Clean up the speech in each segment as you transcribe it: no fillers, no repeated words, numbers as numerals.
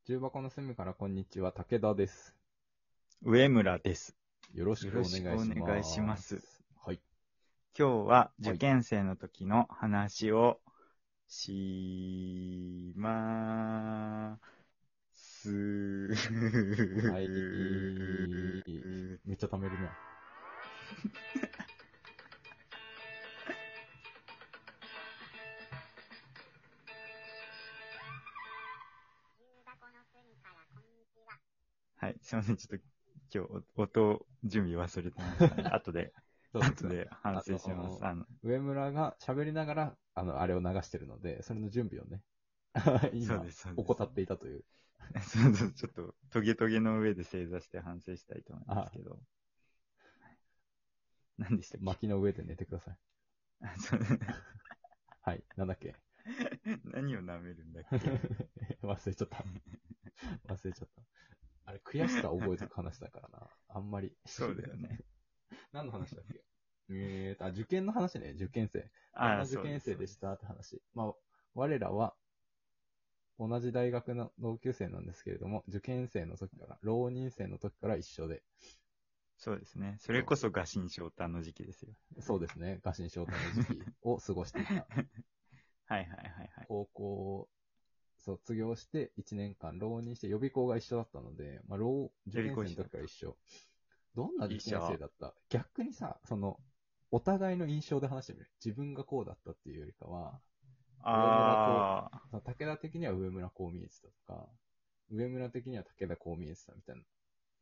重箱の隅からこんにちは、武田です。 上村です。 よろしくお願いします。 よろしくお願いします。 はい。 今日は受験生の時の話をしまーす。 はい。めっちゃ貯めるな。 はい、すいません。ちょっと今日音準備忘れてましたね。後で反省します。 上村が喋りながら、あれを流してるので、それの準備をね、今、怠っていたという。 そうそう、ちょっとトゲトゲの上で正座して反省したいと思いますけど。何でしたっけ？ 薪の上で寝てください。はい、なんだっけ？ 何を舐めるんだっけ？ 忘れちゃった。あれ、悔しさ覚えておく話だからな。あんまり。 そうだよね。 何の話だっけ？受験の話ね、受験生。どんな受験生でしたって話。まあ、我らは、同じ大学の同級生なんですけれども、受験生の時から、浪人生の時から一緒で。 そうですね。それこそ臥薪嘗胆の時期ですよ。 そうですね。臥薪嘗胆の時期を過ごしていた。 はいはいはいはい。 高校卒業して1年間浪人して予備校が一緒だったので、まあ、受験生の時から一緒。どんな受験生だった？逆にさ、お互いの印象で話してみる。自分がこうだったっていうよりかは、武田的には上村こう見えてたとか、上村的には武田こう見えてたみたいな。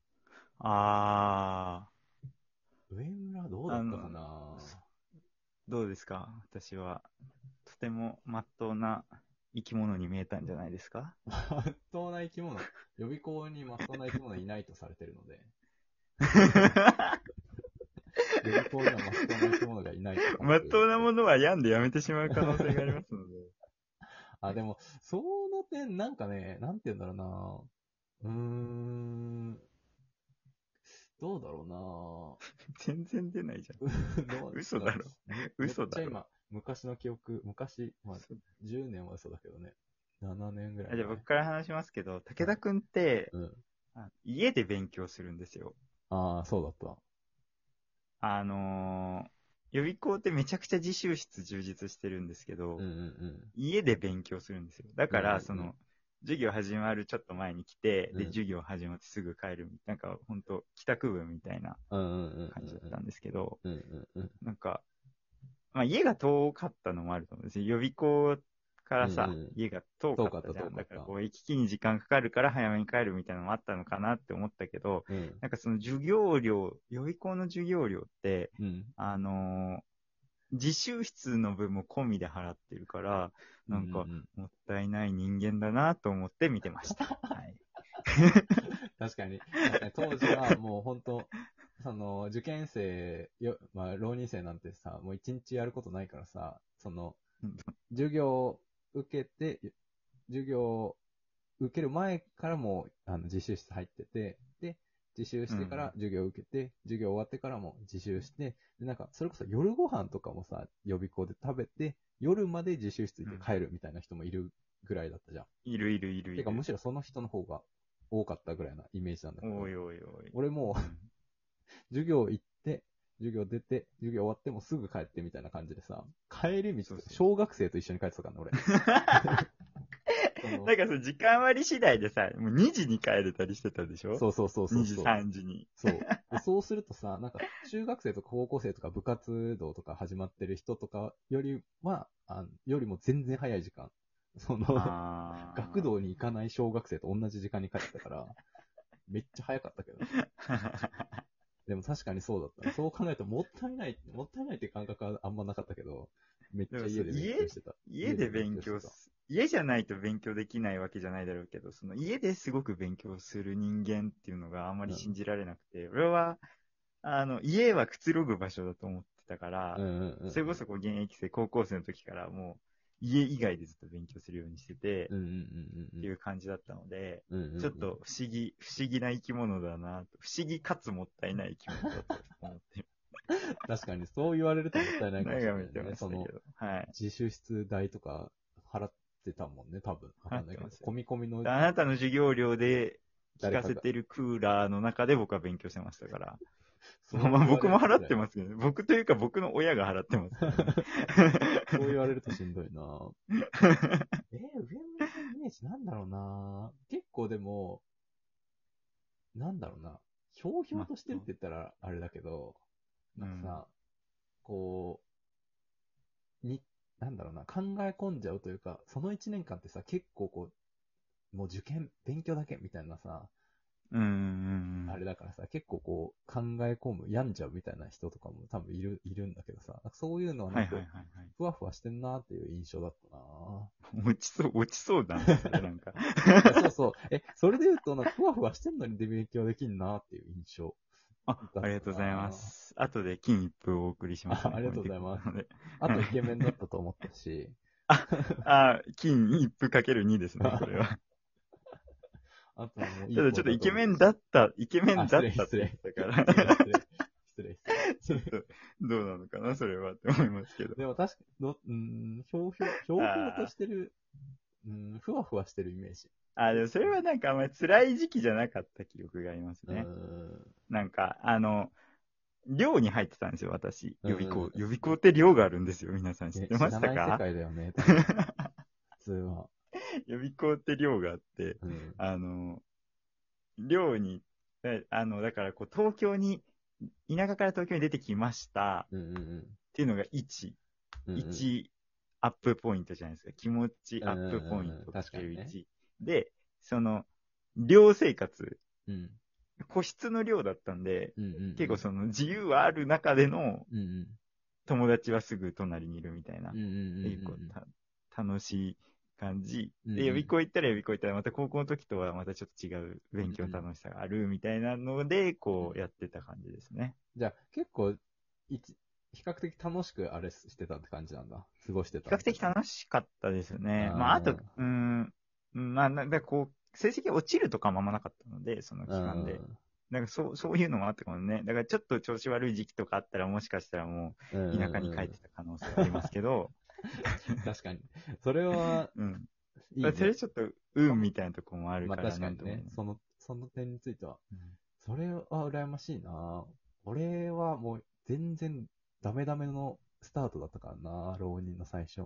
上村どうだったかな？ どうですか？私は、とても真っ当な生き物に見えたんじゃないですか？ 真っ当な生き物。予備校に真っ当な生き物いないとされてるので。予備校には真っ当な生き物がいないと。 真っ当なものは病んでやめてしまう可能性がありますので。 でも、その点、なんかね、なんて言うんだろうな。どうだろうな。 全然出ないじゃん。嘘だろ。嘘だろ。 めっちゃ今、昔の記憶、まあ、10年は嘘だけどね。7年ぐらい前。 じゃあ僕から話しますけど、武田くんって、家で勉強するんですよ。 ああ、そうだった。 予備校ってめちゃくちゃ自習室充実してるんですけど、家で勉強するんですよ。だから、授業始まるちょっと前に来て、で、授業始まってすぐ帰る。なんか、ほんと、帰宅部みたいな感じだったんですけど、なんか、まあ、家が遠かったのもあると思うんですよ。予備校からさ、家が遠かったじゃん。だから、行き来に時間かかるから早めに帰るみたいなのもあったのかなって思ったけど、なんかその授業料、予備校の授業料って、自習室の分も込みで払ってるから、なんか、もったいない人間だなと思って見てました。はい。 確かに、当時はもう本当、受験生まあ、浪人生なんてさ、もう一日やることないからさ、授業受けて、授業受ける前からも自習室入ってて、で、自習してから授業受けて、授業終わってからも自習して、で、なんか、それこそ夜ご飯とかもさ、予備校で食べて、夜まで自習室行って帰るみたいな人もいるぐらいだったじゃん。 いる。 てか、むしろその人の方が多かったぐらいなイメージなんだけど。 おい。 俺も授業行って、授業出て、授業終わってもすぐ帰ってみたいな感じでさ、帰り道、小学生と一緒に帰ってたからね、俺。 なんか時間割次第でさ、もう2時に帰れたりしてたでしょ？ そう。 2時、3時に。 そう。そうするとさ、なんか、中学生とか高校生とか部活動とか始まってる人とかよりは、よりも全然早い時間。学童に行かない小学生と同じ時間に帰ってたから、めっちゃ早かったけど。でも確かにそうだった。そう考えるともったいないって感覚はあんまなかったけど、めっちゃ家で勉強してた。 家で勉強家じゃないと勉強できないわけじゃないだろうけど、家ですごく勉強する人間っていうのがあんまり信じられなくて、俺は、家はくつろぐ場所だと思ってたから、それこそ現役生、高校生の時からもう、家以外でずっと勉強するようにしてて、っていう感じだったので、ちょっと不思議な生き物だな、不思議かつもったいない生き物だと思ってる。 確かにそう言われるともったいないかもしれないね。 はい、 自習室代とか払ってってたもんね、多分。わかんないけど。 払ってます込み込みの。 あなたの授業料で聞かせてるクーラーの中で僕は勉強してましたから。まあ僕も払ってますけどね。僕というか僕の親が払ってますからね。 そう言われるとしんどいな上村さんのイメージなんだろうな結構でも、なんだろうな、ひょうひょうとしてるって言ったらあれだけど、なんかさ、こう、なんだろうな、考え込んじゃうというか、その1年間ってさ、結構こう、もう受験、勉強だけみたいなさ、あれだからさ、結構こう、考え込む、病んじゃうみたいな人とかも多分いるんだけどさ、そういうのはなく、ふわふわしてんなーっていう印象だったな落ちそうだね、それなんか。 そうそう。それで言うと、なんかふわふわしてんのに勉強できんなっていう印象。 ありがとうございます。後で金一封お送りしますね。 ありがとうございます。あとイケメンだったと思ったし。 金一封かける2ですね、これは。 あとはもういいただちょっとイケメンだったって言ったから。 失礼。 ちょっと、どうなのかな、それはって思いますけど。 でも確かに、ひょうひょうとしてる、ふわふわしてるイメージ。 でもそれはなんかあんまり辛い時期じゃなかった記憶がありますね。なんか、寮に入ってたんですよ、私。予備校。予備校って寮があるんですよ、皆さん知ってましたか？ 知らない世界だよね、普通は。 予備校って寮があって、寮に、だからこう、東京に、田舎から東京に出てきました。っていうのが1アップポイントじゃないですか。気持ちアップポイントかける1。で、その、寮生活、個室の寮だったんで、結構その自由はある中での、友達はすぐ隣にいるみたいな、結構楽しい感じ。で、予備校行ったらまた高校の時とはまたちょっと違う勉強の楽しさがあるみたいなので、こうやってた感じですね。 じゃあ結構、比較的楽しくあれしてたって感じなんだ。過ごしてた。 比較的楽しかったですね。まあ、あと、まあ、なんかこう、成績落ちるとかもあんまなかったので、その期間で。なんかそういうのもあったかもね。だからちょっと調子悪い時期とかあったら、もしかしたらもう田舎に帰ってた可能性はありますけど。 確かに。それは、 いいね。それちょっと、運みたいなとこもあるから、 まあ確かにね。その点については。それは羨ましいな俺はもう全然ダメのスタートだったからな浪人の最初。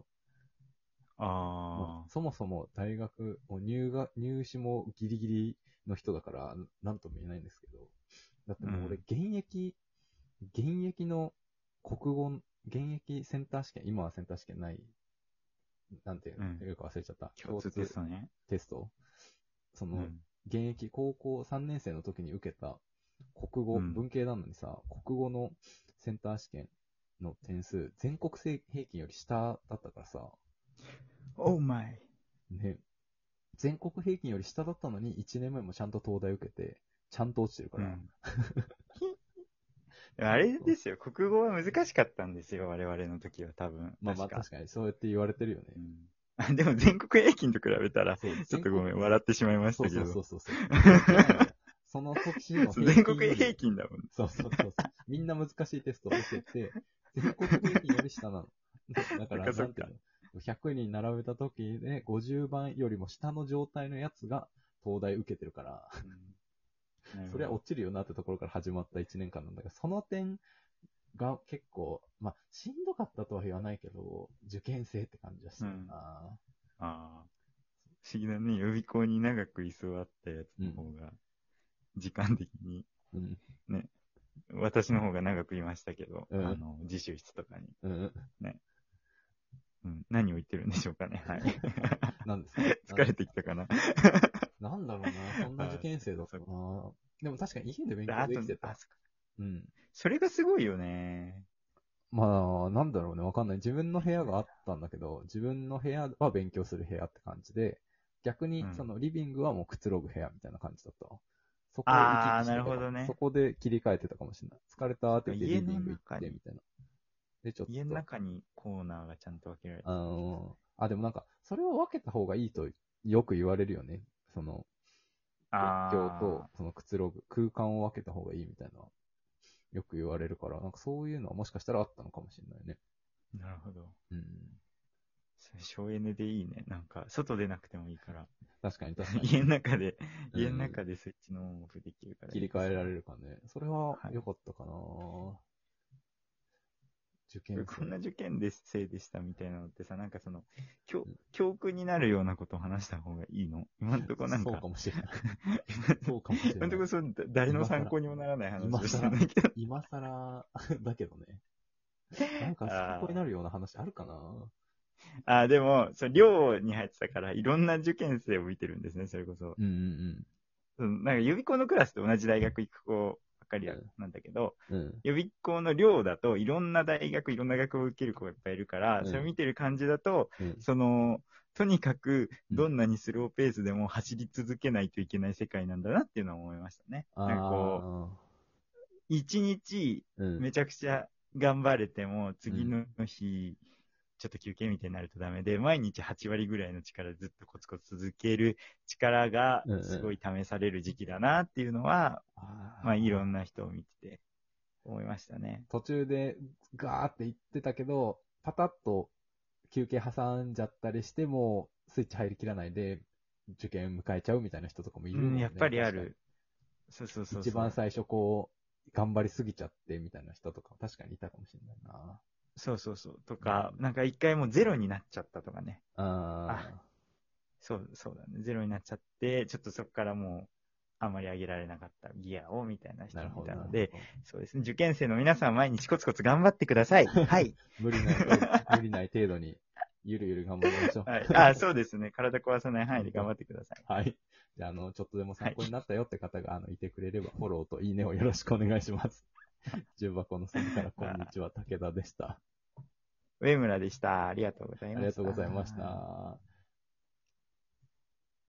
そもそも大学、入試もギリギリの人だから、なんとも言えないんですけど。だってもう俺、現役の国語、現役センター試験、今はセンター試験ない、なんていうか忘れちゃった。 共通テストね。 テスト。その、現役高校3年生の時に受けた国語、文系なのにさ、国語のセンター試験の点数、全国平均より下だったからさ。 Oh my。 ね。全国平均より下だったのに、1年目もちゃんと東大受けて、ちゃんと落ちてるから。 あれですよ、国語は難しかったんですよ、我々の時は多分。 まあ確かに、そうやって言われてるよね。でも全国平均と比べたら、ちょっとごめん、笑ってしまいましたけど。 そう。その時の全国平均だもん。 そう。みんな難しいテストを受けて、全国平均より下なの。だから、なんていうの、100人並べた時で50番よりも下の状態のやつが東大受けてるから、それは落ちるよなってところから始まった1年間なんだけど、その点が結構、まあ、しんどかったとは言わないけど、受験生って感じはしたな、 不思議だね。予備校に長く居座ったやつの方が、時間的に、ね、私の方が長くいましたけど、自習室とかに。ね。何を言ってるんでしょうかね。はい。 何ですか？ 疲れてきたかな。 なんだろうな、そんな受験生だったな。でも確かに家で勉強できてた。 それがすごいよね。 まあ、なんだろうね、わかんない。自分の部屋があったんだけど、自分の部屋は勉強する部屋って感じで、逆にそのリビングはもうくつろぐ部屋みたいな感じだった。そこを行き来してたから、そこで切り替えてたかもしれない。疲れたって言ってリビング行ってみたいな。 で、ちょっと。家の中にコーナーがちゃんと分けられてる。でもなんか、それを分けた方がいいとよく言われるよね。その、勉強と、そのくつろぐ、空間を分けた方がいいみたいな。よく言われるから、なんかそういうのはもしかしたらあったのかもしれないね。 なるほど。 省エネでいいね。なんか、外出なくてもいいから。 確かに確かに。 家の中でスイッチのオンオフできるから。 切り替えられるかね。それは良かったかな、受験こんな受験せいでしたみたいなのってさ、なんかその、教訓になるようなことを話した方がいいの？今んとこなんか。 そうかもしれない。そうかもしれない。 今んとこ誰の参考にもならない話をしてないけど。 今更だけどね。なんか参考になるような話あるかな？ でも、寮に入ってたから、いろんな受験生を見てるんですね、それこそ。なんか予備校のクラスと同じ大学行く子ばっかりなんだけど、予備校の寮だといろんな大学、いろんな学部を受ける子がいっぱいいるから、それを見てる感じだと、とにかくどんなにスローペースでも走り続けないといけない世界なんだなっていうのは思いましたね。なんかこう、一日めちゃくちゃ頑張れても、次の日、ちょっと休憩みたいになるとダメで、毎日8割ぐらいの力でずっとコツコツ続ける力がすごい試される時期だなっていうのは、まあいろんな人を見てて思いましたね。 途中でガーって言ってたけど、パタッと休憩挟んじゃったりしても、スイッチ入りきらないで受験迎えちゃうみたいな人とかもいるもんね。 やっぱりある。そう。 一番最初こう、頑張りすぎちゃってみたいな人とか確かにいたかもしれないな。 そう。とか、なんか一回もうゼロになっちゃったとかね。そうだね。ゼロになっちゃって、ちょっとそこからもう、あんまり上げられなかったギアをみたいな人もいたので、そうですね。受験生の皆さん毎日コツコツ頑張ってください。はい。 無理ない程度に、ゆるゆる頑張りましょう。 はい。そうですね。体壊さない範囲で頑張ってください。 はい。じゃあ、ちょっとでも参考になったよって方が、いてくれれば、フォローといいねをよろしくお願いします。重箱の隅からこんにちは、武田でした。 上村でした。ありがとうございました。 ありがとうございました。